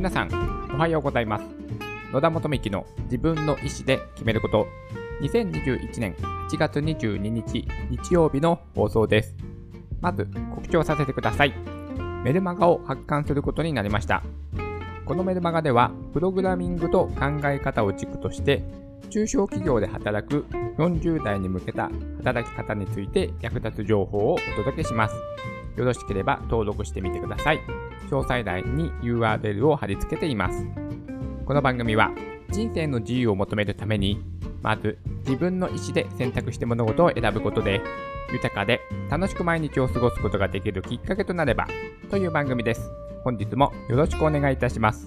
皆さん、おはようございます。野田元幹の自分の意思で決めること、2021年8月22日日曜日の放送です。まず告知をさせてください。メルマガを発刊することになりました。このメルマガでは、プログラミングと考え方を軸として、中小企業で働く40代に向けた働き方について役立つ情報をお届けします。よろしければ登録してみてください。詳細欄に URL を貼り付けています。この番組は人生の自由を求めるために、まず自分の意思で選択して物事を選ぶことで、豊かで楽しく毎日を過ごすことができるきっかけとなればという番組です。本日もよろしくお願いいたします。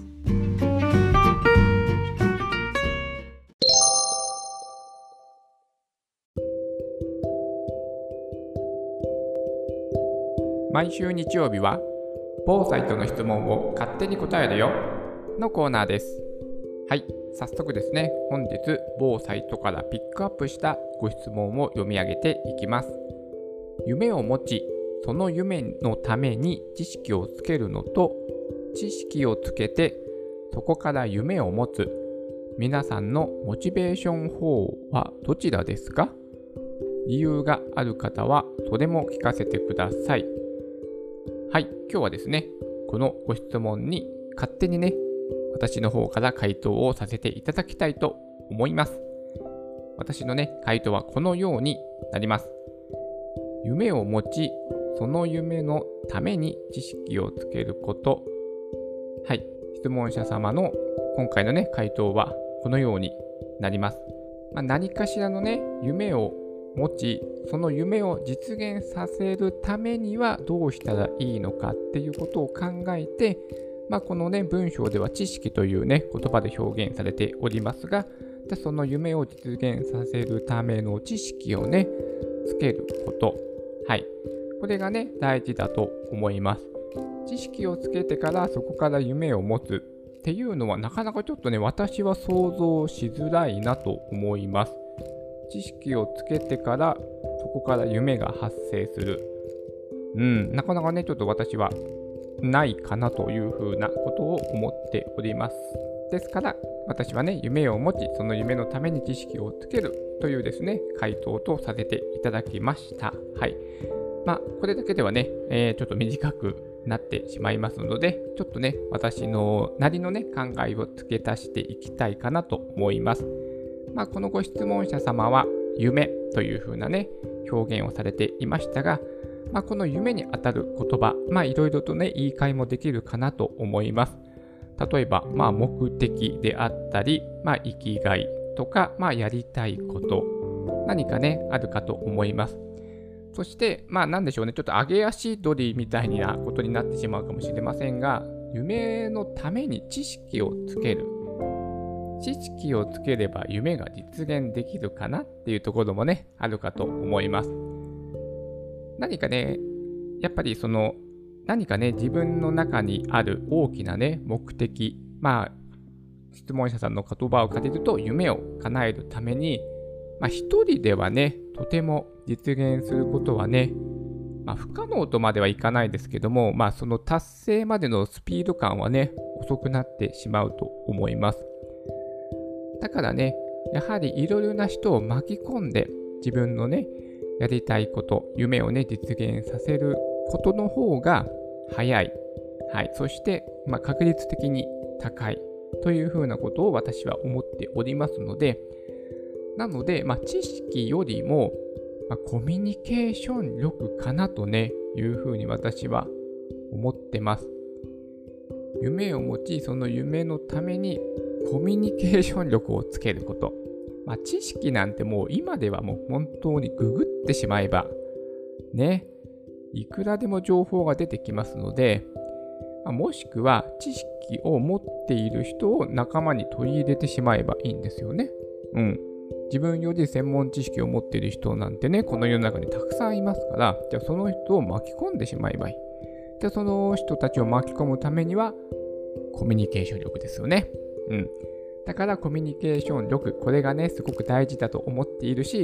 毎週日曜日は某サイトの質問を勝手に答えるよのコーナーです。はい、早速ですね、本日某サイトからピックアップしたご質問を読み上げていきます。夢を持ち、その夢のために知識をつけるのと、知識をつけてそこから夢を持つ、皆さんのモチベーション法はどちらですか？理由がある方はそれも聞かせてください。はい、今日はですね、このご質問に勝手にね、私の方から回答をさせていただきたいと思います。私のね、回答はこのようになります。夢を持ち、その夢のために知識をつけること。はい、質問者様の今回のね、回答はこのようになります。何かしらのね、夢を持ち、その夢を実現させるためにはどうしたらいいのかっていうことを考えて、このね、文章では知識というね、言葉で表現されておりますが、その夢を実現させるための知識をね、つけること。はい。これがね、大事だと思います。知識をつけてからそこから夢を持つっていうのはなかなかちょっとね、私は想像しづらいなと思います。知識をつけてからそこから夢が発生する。なかなかね、ちょっと私はないかなというふうなことを思っております。ですから私はね、夢を持ち、その夢のために知識をつけるというですね、回答とさせていただきました。はい。これだけではね、ちょっと短くなってしまいますので、ちょっとね、私のなりのね、考えを付け足していきたいかなと思います。このご質問者様は夢というふうなね、表現をされていましたが、この夢にあたる言葉、いろいろとね、言い換えもできるかなと思います。例えば、目的であったり、生きがいとか、やりたいこと、何かね、あるかと思います。そして、なんでしょうね、ちょっと上げ足取りみたいなことになってしまうかもしれませんが、夢のために知識をつける。知識をつければ夢が実現できるかなっていうところもね、あるかと思います。何かね、やっぱり何かね、自分の中にある大きなね、目的、質問者さんの言葉を借りると、夢を叶えるために、一人ではね、とても実現することはね、不可能とまではいかないですけども、その達成までのスピード感はね、遅くなってしまうと思います。だからね、やはりいろいろな人を巻き込んで、自分のね、やりたいこと、夢をね、実現させることの方が早い。はい。そして、確率的に高いというふうなことを私は思っておりますので、なので、知識よりも、コミュニケーション力かなとね、いうふうに私は思ってます。夢を持ち、その夢のためにコミュニケーション力をつけること。知識なんてもう今ではもう本当にググってしまえば、ね、いくらでも情報が出てきますので、もしくは知識を持っている人を仲間に取り入れてしまえばいいんですよね。自分より専門知識を持っている人なんてね、この世の中にたくさんいますから、じゃあその人を巻き込んでしまえばいい。じゃあその人たちを巻き込むためには、コミュニケーション力ですよね。だからコミュニケーション力、これがね、すごく大事だと思っているし、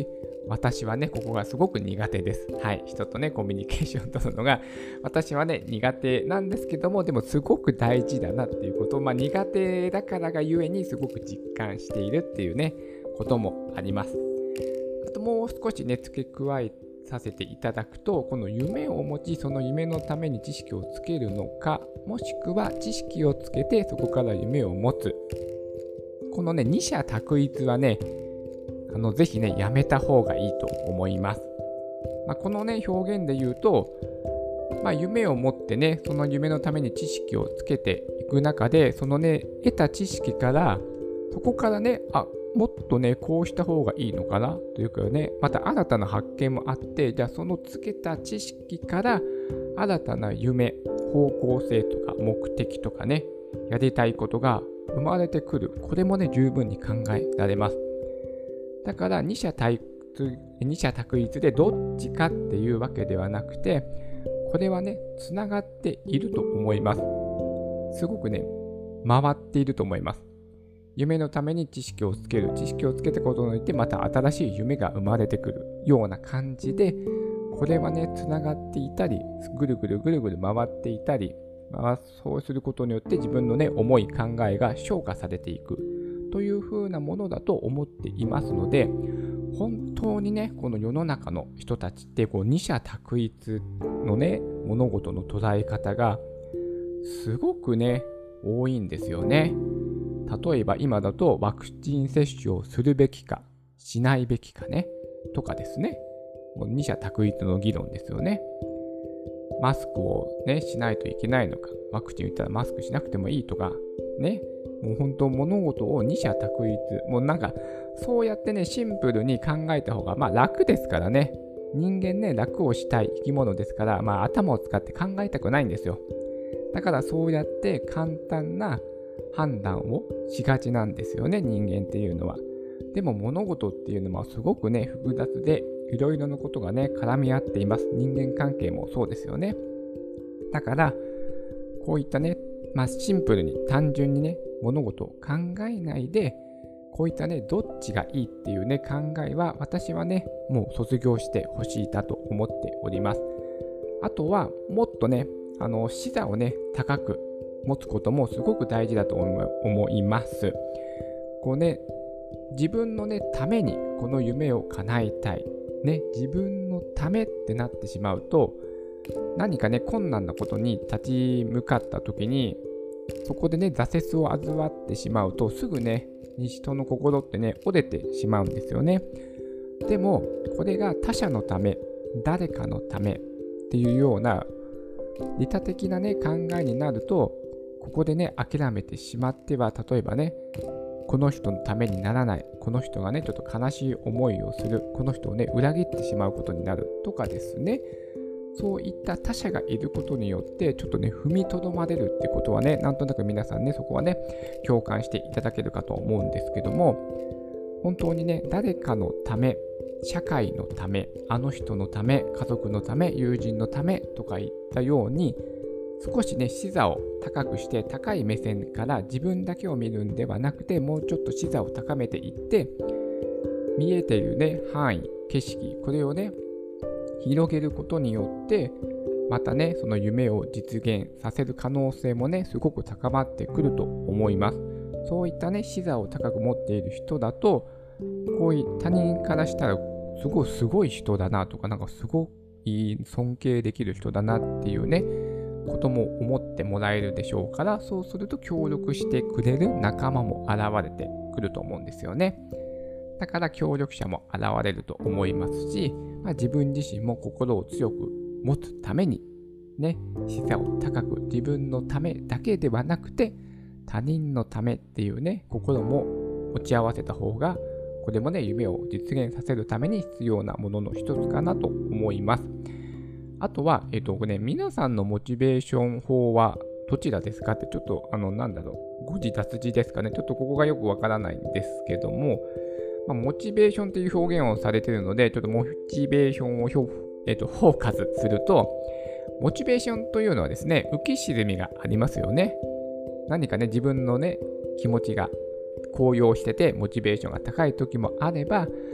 私はね、ここがすごく苦手です。はい。人とね、コミュニケーション取るのが、私はね、苦手なんですけども、でもすごく大事だなっていうことを、苦手だからがゆえにすごく実感しているっていうね、こともあります。あともう少しね、付け加えさせていただくと、この夢を持ち、その夢のために知識をつけるのか、もしくは知識をつけてそこから夢を持つ。このね、二者択一はね、ぜひね、やめた方がいいと思います。このね、表現で言うと、夢を持ってね、その夢のために知識をつけていく中で、そのね、得た知識から、そこからね、もっとね、こうした方がいいのかなというかね、また新たな発見もあって、じゃあそのつけた知識から新たな夢、方向性とか目的とかね、やりたいことが生まれてくる。これもね、十分に考えられます。だから二者択一でどっちかっていうわけではなくて、これはね、つながっていると思います。すごくね、回っていると思います。夢のために知識をつける。知識をつけたことによってまた新しい夢が生まれてくるような感じで、これはね、つながっていたり、ぐるぐるぐるぐる回っていたり、そうすることによって自分のね、思い考えが昇華されていくという風なものだと思っていますので、本当にね、この世の中の人たちって二者択一のね、物事の捉え方がすごくね、多いんですよね。例えば今だとワクチン接種をするべきかしないべきかねとかですね。もう二者択一の議論ですよね。マスクをね、しないといけないのか、ワクチン打ったらマスクしなくてもいいとかね。もう本当物事を二者択一、もうなんかそうやってね、シンプルに考えた方が楽ですからね。人間ね、楽をしたい生き物ですから、頭を使って考えたくないんですよ。だからそうやって簡単な判断をしがちなんですよね、人間っていうのは。でも物事っていうのはすごくね、複雑でいろいろなことがね、絡み合っています。人間関係もそうですよね。だからこういったね、シンプルに単純にね、物事を考えないで、こういったね、どっちがいいっていうね、考えは私はね、もう卒業してほしいだと思っております。あとはもっとね、視座をね、高く持つこともすごく大事だと思います。こうね、自分のね、ためにこの夢を叶えたい。ね、自分のためってなってしまうと、何かね、困難なことに立ち向かった時に、そこでね、挫折を味わってしまうと、すぐね、人の心ってね、折れてしまうんですよね。でも、これが他者のため、誰かのためっていうような利他的なね、考えになると、ここでね、諦めてしまっては、例えばね、この人のためにならない、この人がね、ちょっと悲しい思いをする、この人をね、裏切ってしまうことになるとかですね、そういった他者がいることによって、ちょっとね、踏みとどまれるってことはね、なんとなく皆さんね、そこはね、共感していただけるかと思うんですけども、本当にね、誰かのため、社会のため、あの人のため、家族のため、友人のためとかいったように、少しね、視座を高くして、高い目線から自分だけを見るんではなくて、もうちょっと視座を高めていって、見えているね、範囲、景色、これをね、広げることによって、またね、その夢を実現させる可能性もね、すごく高まってくると思います。そういったね、視座を高く持っている人だと、こういう他人からしたら、すごい人だなとか、なんかすごい尊敬できる人だなっていうね、ことも思ってもらえるでしょうから、そうすると協力してくれる仲間も現れてくると思うんですよね。だから協力者も現れると思いますし、自分自身も心を強く持つためにね、視座を高く自分のためだけではなくて他人のためっていうね、心も持ち合わせた方が、これもね、夢を実現させるために必要なものの一つかなと思います。あとは、皆さんのモチベーション法はどちらですかって、ちょっと誤字脱字ですかね。ちょっとここがよくわからないんですけども、モチベーションという表現をされているので、ちょっとモチベーションをフォーカスすると、モチベーションというのはですね、浮き沈みがありますよね。何かね、自分のね、気持ちが高揚してて、モチベーションが高い時もあれば、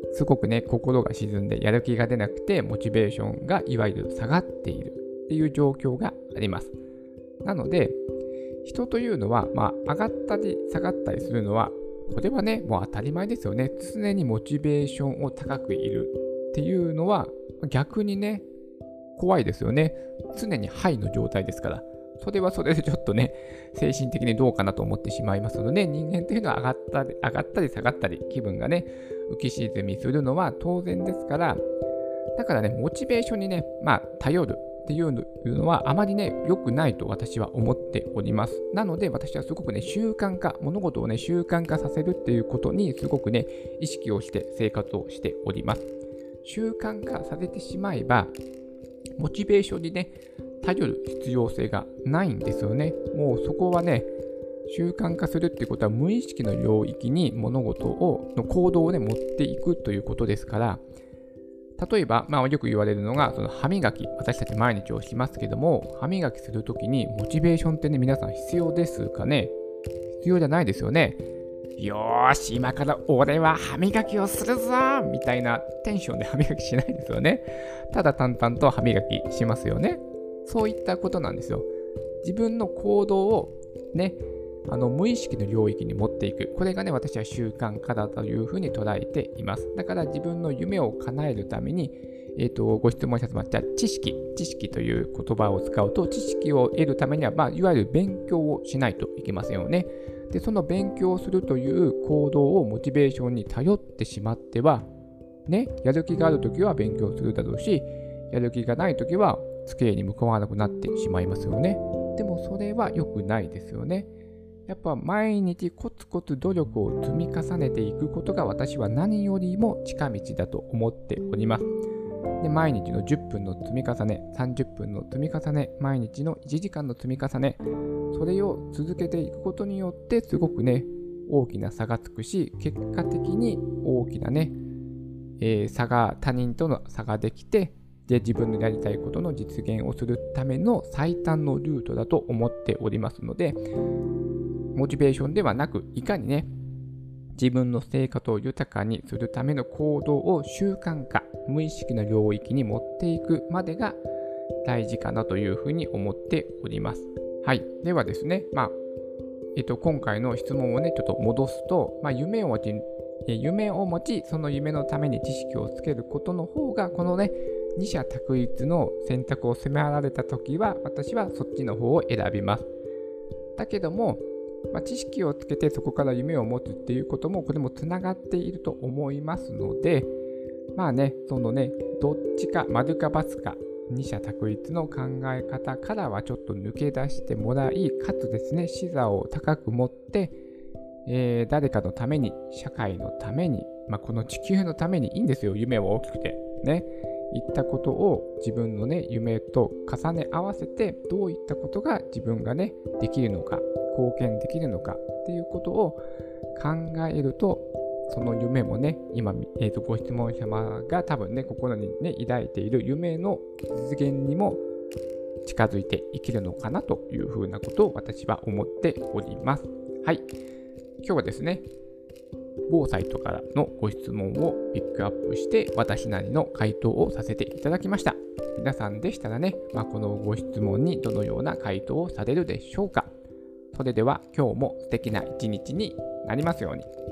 すごくね、心が沈んでやる気が出なくて、モチベーションがいわゆる下がっているっていう状況があります。なので、人というのは、上がったり下がったりするのは、これはね、もう当たり前ですよね。常にモチベーションを高くいるっていうのは、逆にね、怖いですよね。常にハイの状態ですから。それはそれでちょっとね、精神的にどうかなと思ってしまいますので、人間というのは上がったり下がったり、気分がね、浮き沈みするのは当然ですから、だからね、モチベーションにね、頼るっていうのはあまりね、良くないと私は思っております。なので、私はすごくね、習慣化、物事をね、習慣化させるっていうことにすごくね、意識をして生活をしております。習慣化されてしまえば、モチベーションにね、頼る必要性がないんですよね。もうそこはね、習慣化するっていうことは無意識の領域に物事の行動をね、持っていくということですから、例えば、よく言われるのが、その歯磨き、私たち毎日をしますけども、歯磨きするときにモチベーションってね、皆さん必要ですかね？必要じゃないですよね。よーし、今から俺は歯磨きをするぞみたいなテンションで歯磨きしないですよね。ただ淡々と歯磨きしますよね。そういったことなんですよ。自分の行動をね、無意識の領域に持っていく。これがね、私は習慣化だというふうに捉えています。だから自分の夢を叶えるために、ご質問者様、じゃあ知識という言葉を使うと、知識を得るためには、いわゆる勉強をしないといけませんよね。で、その勉強をするという行動をモチベーションに頼ってしまっては、ね、やる気があるときは勉強するだろうし、やる気がないときは机に向かわなくなってしまいますよね。でもそれは良くないですよね。やっぱ毎日コツコツ努力を積み重ねていくことが私は何よりも近道だと思っております。で、毎日の10分の積み重ね、30分の積み重ね、毎日の1時間の積み重ね、それを続けていくことによってすごくね、大きな差がつくし、結果的に大きなね、他人との差ができて、で、自分のやりたいことの実現をするための最短のルートだと思っておりますので、モチベーションではなく、いかにね、自分の生活を豊かにするための行動を習慣化、無意識の領域に持っていくまでが大事かなというふうに思っております。はい。ではですね、今回の質問をね、ちょっと戻すと、夢を持ち、その夢のために知識をつけることの方が、このね、二者択一の選択を迫られたときは、私はそっちの方を選びます。だけども、知識をつけてそこから夢を持つっていうことも、これもつながっていると思いますので、そのね、どっちか、丸か×か、二者択一の考え方からはちょっと抜け出してもらい、かつですね、視座を高く持って、誰かのために、社会のために、この地球のためにいいんですよ、夢は大きくて。ね。いったことを自分のね、夢と重ね合わせて、どういったことが自分がね、できるのか、貢献できるのかっていうことを考えると、その夢もね、今、ご質問様が多分ね、心にね、抱いている夢の実現にも近づいていけるのかなというふうなことを私は思っております。はい。今日はですね、某サイトからのご質問をピックアップして私なりの回答をさせていただきました。皆さんでしたらね、このご質問にどのような回答をされるでしょうか。それでは今日も素敵な一日になりますように。